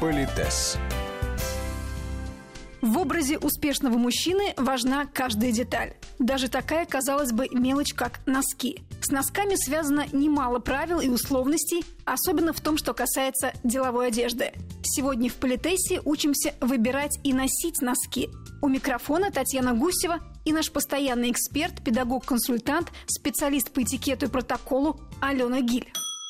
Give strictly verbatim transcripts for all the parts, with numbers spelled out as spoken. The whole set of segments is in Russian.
Политес. В образе успешного мужчины важна каждая деталь. Даже такая, казалось бы, мелочь, как носки. С носками связано немало правил и условностей, особенно в том, что касается деловой одежды. Сегодня в Политесе учимся выбирать и носить носки. У микрофона Татьяна Гусева и наш постоянный эксперт, педагог-консультант, специалист по этикету и протоколу Алена Гиль.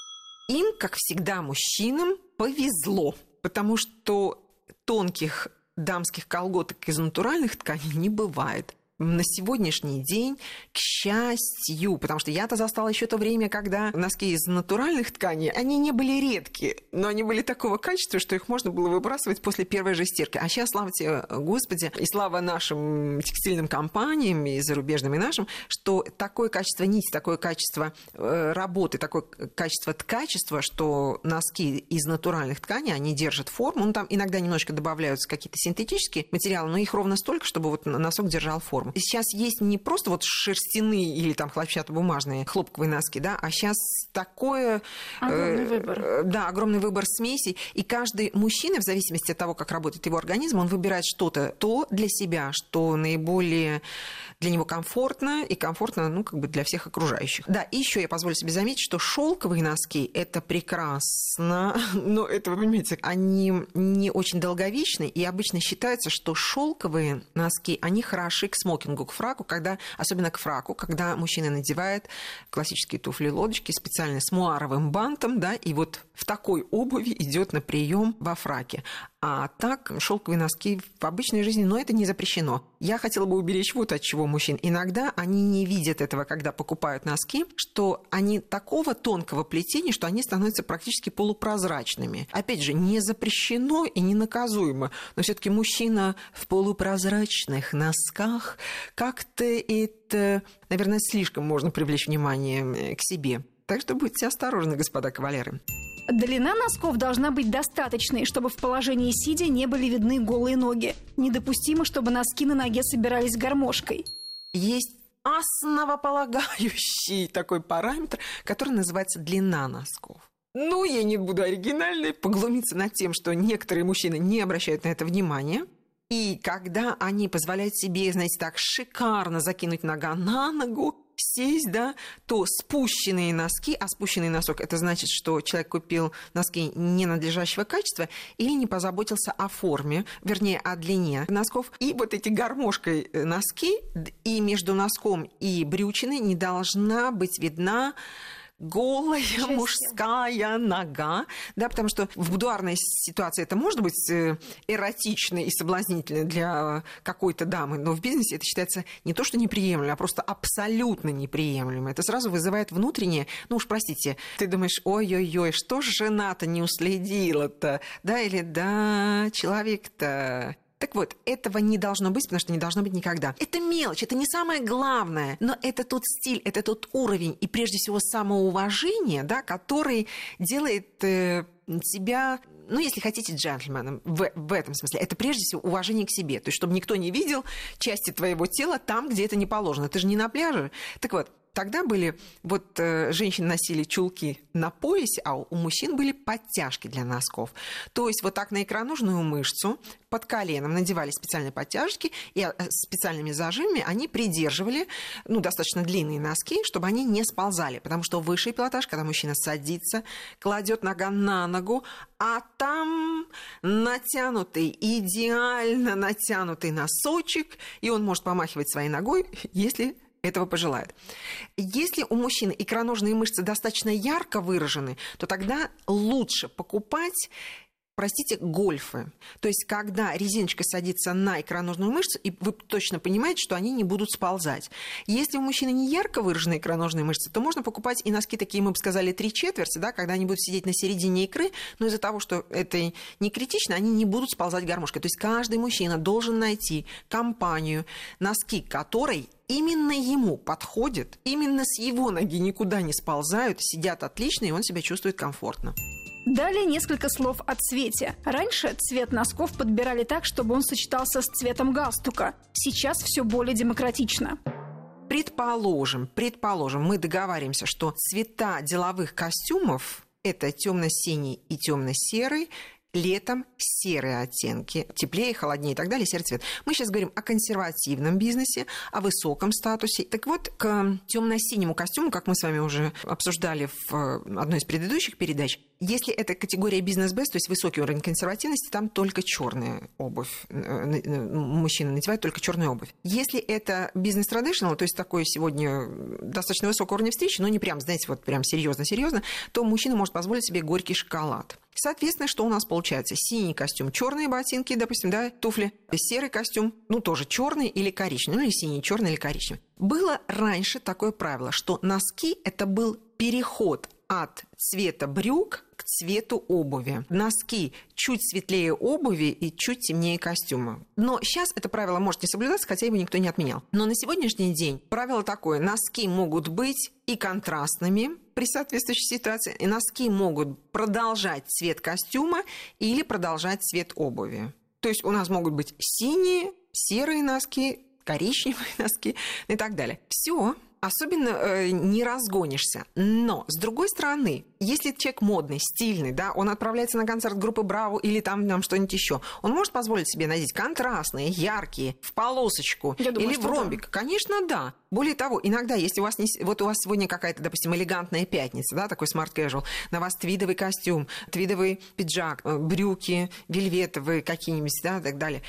Им, как всегда, мужчинам повезло, потому что тонких дамских колготок из натуральных тканей не бывает. На сегодняшний день, к счастью, потому что я-то застала еще то время, когда носки из натуральных тканей, они не были редкие, но они были такого качества, что их можно было выбрасывать после первой же стирки. А сейчас, слава тебе, Господи, и слава нашим текстильным компаниям, и зарубежным, и нашим, что такое качество нити, такое качество работы, такое качество ткачества, что носки из натуральных тканей, они держат форму. Ну, там иногда немножко добавляются какие-то синтетические материалы, но их ровно столько, чтобы вот носок держал форму. Сейчас есть не просто вот шерстяные или там хлопчатобумажные хлопковые носки, да, а сейчас такое... Огромный э, выбор. Да, огромный выбор смесей. И каждый мужчина, в зависимости от того, как работает его организм, он выбирает что-то то для себя, что наиболее для него комфортно и комфортно, ну, как бы для всех окружающих. Да, и еще я позволю себе заметить, что шелковые носки – это прекрасно, но это, вы понимаете, они не очень долговечны, и обычно считается, что шелковые носки, они хороши к смокингу, к фраку, когда, особенно к фраку, когда мужчина надевает классические туфли-лодочки специально с муаровым бантом, да, и вот в такой обуви идет на прием во фраке. А так, шелковые носки в обычной жизни, но это не запрещено. Я хотела бы уберечь вот от чего мужчин. Иногда они не видят этого, когда покупают носки, что они такого тонкого плетения, что они становятся практически полупрозрачными. Опять же, не запрещено и не наказуемо. Но все-таки мужчина в полупрозрачных носках, как-то это, наверное, слишком можно привлечь внимание к себе. Так что будьте осторожны, господа кавалеры. Длина носков должна быть достаточной, чтобы в положении сидя не были видны голые ноги. Недопустимо, чтобы носки на ноге собирались гармошкой. Есть основополагающий такой параметр, который называется длина носков. Ну, я не буду оригинальной, поглумиться над тем, что некоторые мужчины не обращают на это внимания. И когда они позволяют себе, знаете, так шикарно закинуть нога на ногу, сесть, да, то спущенные носки, а спущенный носок, это значит, что человек купил носки ненадлежащего качества или не позаботился о форме, вернее, о длине носков. И вот эти гармошкой носки, и между носком и брючиной не должна быть видна голая Счастье. Мужская нога, да, потому что в будуарной ситуации это может быть эротично и соблазнительно для какой-то дамы, но в бизнесе это считается не то, что неприемлемо, а просто абсолютно неприемлемо. Это сразу вызывает внутреннее, ну уж простите, ты думаешь, ой-ой-ой, что ж жена-то не уследила-то, да, или да, человек-то... Так вот, этого не должно быть, потому что не должно быть никогда. Это мелочь, это не самое главное, но это тот стиль, это тот уровень и, прежде всего, самоуважение, да, который делает э, тебя, ну, если хотите, джентльменом в, в этом смысле. Это, прежде всего, уважение к себе. То есть, чтобы никто не видел части твоего тела там, где это не положено. Ты же не на пляже. Так вот, тогда были, вот э, женщины носили чулки на поясе, а у мужчин были подтяжки для носков. То есть вот так на икроножную мышцу под коленом надевали специальные подтяжки, и э, специальными зажимами они придерживали, ну, достаточно длинные носки, чтобы они не сползали. Потому что высший пилотаж, когда мужчина садится, кладет нога на ногу, а там натянутый, идеально натянутый носочек, и он может помахивать своей ногой, если этого пожелает. Если у мужчины икроножные мышцы достаточно ярко выражены, то тогда лучше покупать, простите, гольфы. То есть, когда резиночка садится на икроножную мышцу, и вы точно понимаете, что они не будут сползать. Если у мужчины не ярко выражены икроножные мышцы, то можно покупать и носки такие, мы бы сказали, три четверти, да, когда они будут сидеть на середине икры, но из-за того, что это не критично, они не будут сползать гармошкой. То есть, каждый мужчина должен найти компанию, носки которой именно ему подходят, именно с его ноги никуда не сползают, сидят отлично, и он себя чувствует комфортно. Далее несколько слов о цвете. Раньше цвет носков подбирали так, чтобы он сочетался с цветом галстука. Сейчас все более демократично. Предположим, предположим, мы договариваемся, что цвета деловых костюмов – это темно-синий и темно-серый, Летом серые оттенки, теплее, холоднее и так далее, серый цвет. Мы сейчас говорим о консервативном бизнесе, о высоком статусе. Так вот, к темно-синему костюму, как мы с вами уже обсуждали в одной из предыдущих передач, если это категория бизнес-бест, то есть высокий уровень консервативности, там только черная обувь. Мужчины надевают только черную обувь. Если это бизнес-традиционал, то есть такой сегодня достаточно высокого уровня встречи, но не прям, знаете, вот прям серьезно-серьезно, то мужчина может позволить себе горький шоколад. Соответственно, что у нас получается? Синий костюм, черные ботинки, допустим, да, туфли, серый костюм, ну, тоже черный или коричневый, ну, или синий, черный или коричневый. Было раньше такое правило, что носки – это был переход от цвета брюк к цвету обуви. Носки чуть светлее обуви и чуть темнее костюма. Но сейчас это правило может не соблюдаться, хотя его никто не отменял. Но на сегодняшний день правило такое. Носки могут быть и контрастными при соответствующей ситуации, и носки могут продолжать цвет костюма или продолжать цвет обуви. То есть у нас могут быть синие, серые носки, коричневые носки и так далее. Все. Особенно э, не разгонишься. Но, с другой стороны, если человек модный, стильный, да, он отправляется на концерт группы Браво или там, там что-нибудь еще, он может позволить себе надеть контрастные, яркие, в полосочку Я думаю, или в ромбик? Да. Конечно, да. Более того, иногда, если у вас не, вот у вас сегодня какая-то, допустим, элегантная пятница, да, такой smart casual, на вас твидовый костюм, твидовый пиджак, брюки, вельветовые какие-нибудь, да, и так далее,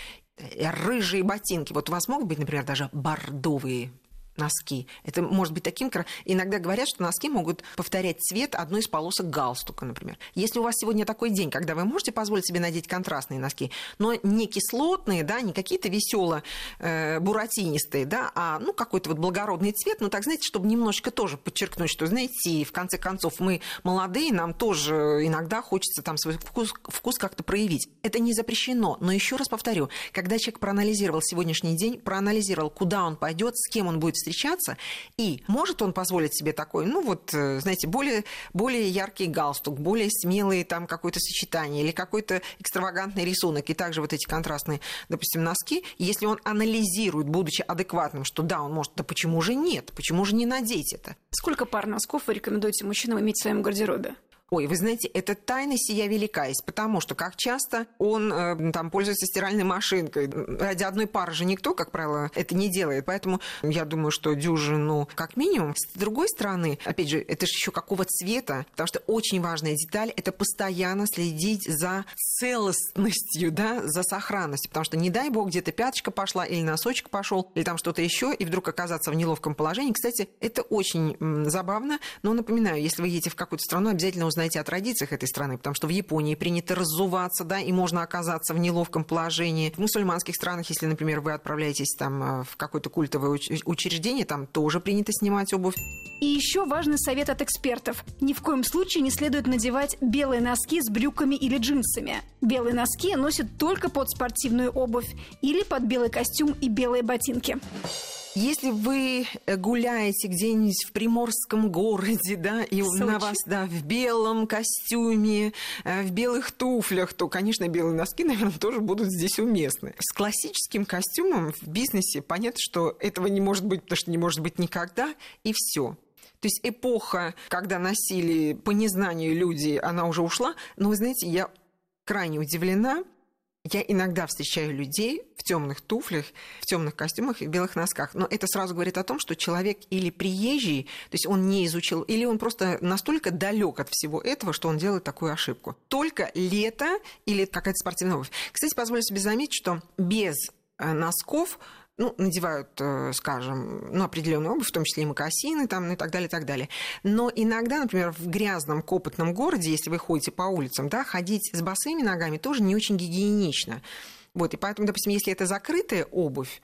рыжие ботинки. Вот у вас могут быть, например, даже бордовые носки. Это может быть таким... Иногда говорят, что носки могут повторять цвет одной из полосок галстука, например. Если у вас сегодня такой день, когда вы можете позволить себе надеть контрастные носки, но не кислотные, да, не какие-то весело э, буратинистые, да, а ну, какой-то вот благородный цвет, ну так, знаете, чтобы немножечко тоже подчеркнуть, что, знаете, в конце концов, мы молодые, нам тоже иногда хочется там свой вкус, вкус как-то проявить. Это не запрещено, но еще раз повторю, когда человек проанализировал сегодняшний день, проанализировал, куда он пойдет, с кем он будет встречаться, и может он позволить себе такой, ну вот, знаете, более, более яркий галстук, более смелые там какое-то сочетание или какой-то экстравагантный рисунок, и также вот эти контрастные, допустим, носки, если он анализирует, будучи адекватным, что да, он может, да почему же нет, почему же не надеть это? Сколько пар носков вы рекомендуете мужчинам иметь в своем гардеробе? Ой, вы знаете, это тайна сия велика есть, потому что, как часто он э, там пользуется стиральной машинкой. Ради одной пары же никто, как правило, это не делает. Поэтому я думаю, что дюжину как минимум. С другой стороны, опять же, это же еще какого цвета, потому что очень важная деталь – это постоянно следить за целостностью, да, за сохранностью. Потому что, не дай бог, где-то пяточка пошла или носочек пошел, или там что-то еще, и вдруг оказаться в неловком положении. Кстати, это очень м, забавно, но напоминаю, если вы едете в какую-то страну, обязательно узнайте о традициях этой страны, потому что в Японии принято разуваться, да, и можно оказаться в неловком положении. В мусульманских странах, если, например, вы отправляетесь там в какое-то культовое учреждение, там тоже принято снимать обувь. И еще важный совет от экспертов. Ни в коем случае не следует надевать белые носки с брюками или джинсами. Белые носки носят только под спортивную обувь или под белый костюм и белые ботинки. Если вы гуляете где-нибудь в приморском городе, да, и Сочи. На вас, да, в белом костюме, в белых туфлях, то, конечно, белые носки, наверное, тоже будут здесь уместны. С классическим костюмом в бизнесе понятно, что этого не может быть, потому что не может быть никогда, и все. То есть эпоха, когда носили по незнанию люди, она уже ушла. Но, вы знаете, я крайне удивлена. Я иногда встречаю людей в темных туфлях, в темных костюмах и в белых носках. Но это сразу говорит о том, что человек или приезжий, то есть он не изучил, или он просто настолько далек от всего этого, что он делает такую ошибку. Только лето или какая-то спортивная обувь. Кстати, позволю себе заметить, что без носков ну, надевают, скажем, ну, определенную обувь, в том числе и мокасины, там, ну, и так далее, и так далее. Но иногда, например, в грязном, копотном городе, если вы ходите по улицам, да, ходить с босыми ногами тоже не очень гигиенично. Вот, и поэтому, допустим, если это закрытая обувь,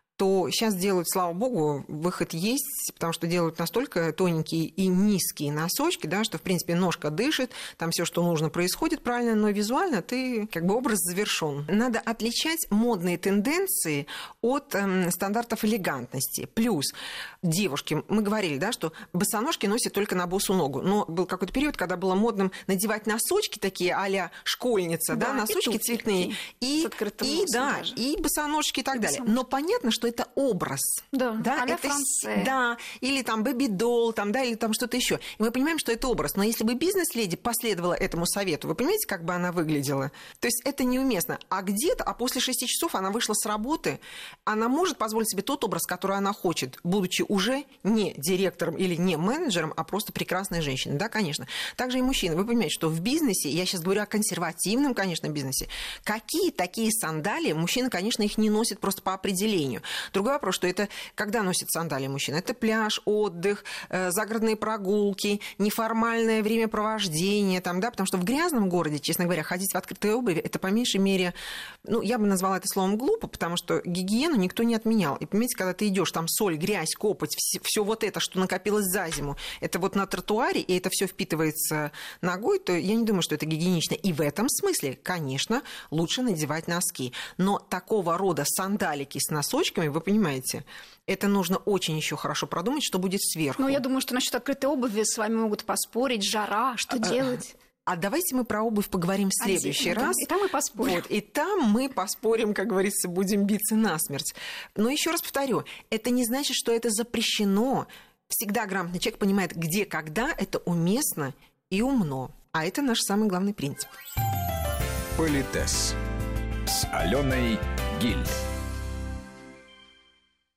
то сейчас делают, слава богу, выход есть, потому что делают настолько тоненькие и низкие носочки, да, что, в принципе, ножка дышит, там все, что нужно, происходит правильно, но визуально ты, как бы, образ завершен. Надо отличать модные тенденции от эм, стандартов элегантности. Плюс девушки, мы говорили, да, что босоножки носят только на босу ногу, но был какой-то период, когда было модным надевать носочки такие а-ля школьница, да, да носочки цветные, и, и, да, и босоножки и так и далее. Босоножки. Но понятно, что это образ. Да, да а-ля это, Франция. Да, или там бэби-долл, там, да, или там что-то еще. И мы понимаем, что это образ. Но если бы бизнес-леди последовала этому совету, вы понимаете, как бы она выглядела? То есть это неуместно. А где-то, а после шести часов она вышла с работы, она может позволить себе тот образ, который она хочет, будучи уже не директором или не менеджером, а просто прекрасной женщиной. Да, конечно. Также и мужчины. Вы понимаете, что в бизнесе, я сейчас говорю о консервативном, конечно, бизнесе, какие такие сандалии, мужчины, конечно, их не носят просто по определению. Другой вопрос, что это, когда носит сандалии мужчина? Это пляж, отдых, э, загородные прогулки, неформальное времяпровождение, там, да, потому что в грязном городе, честно говоря, ходить в открытой обуви, это по меньшей мере, ну, я бы назвала это словом глупо, потому что гигиену никто не отменял. И понимаете, когда ты идешь, там соль, грязь, копоть, все вот это, что накопилось за зиму, это вот на тротуаре, и это все впитывается ногой, то я не думаю, что это гигиенично. И в этом смысле, конечно, лучше надевать носки. Но такого рода сандалики с носочками, вы понимаете, это нужно очень еще хорошо продумать, что будет сверху. Ну, я думаю, что насчет открытой обуви с вами могут поспорить, жара, что делать? А давайте мы про обувь поговорим в следующий Отдельно, раз. И там мы поспорим. Вот, и там мы поспорим, как говорится, будем биться насмерть. Но еще раз повторю, это не значит, что это запрещено. Всегда грамотный человек понимает, где, когда это уместно и умно. А это наш самый главный принцип. Политес с Аленой Гиль.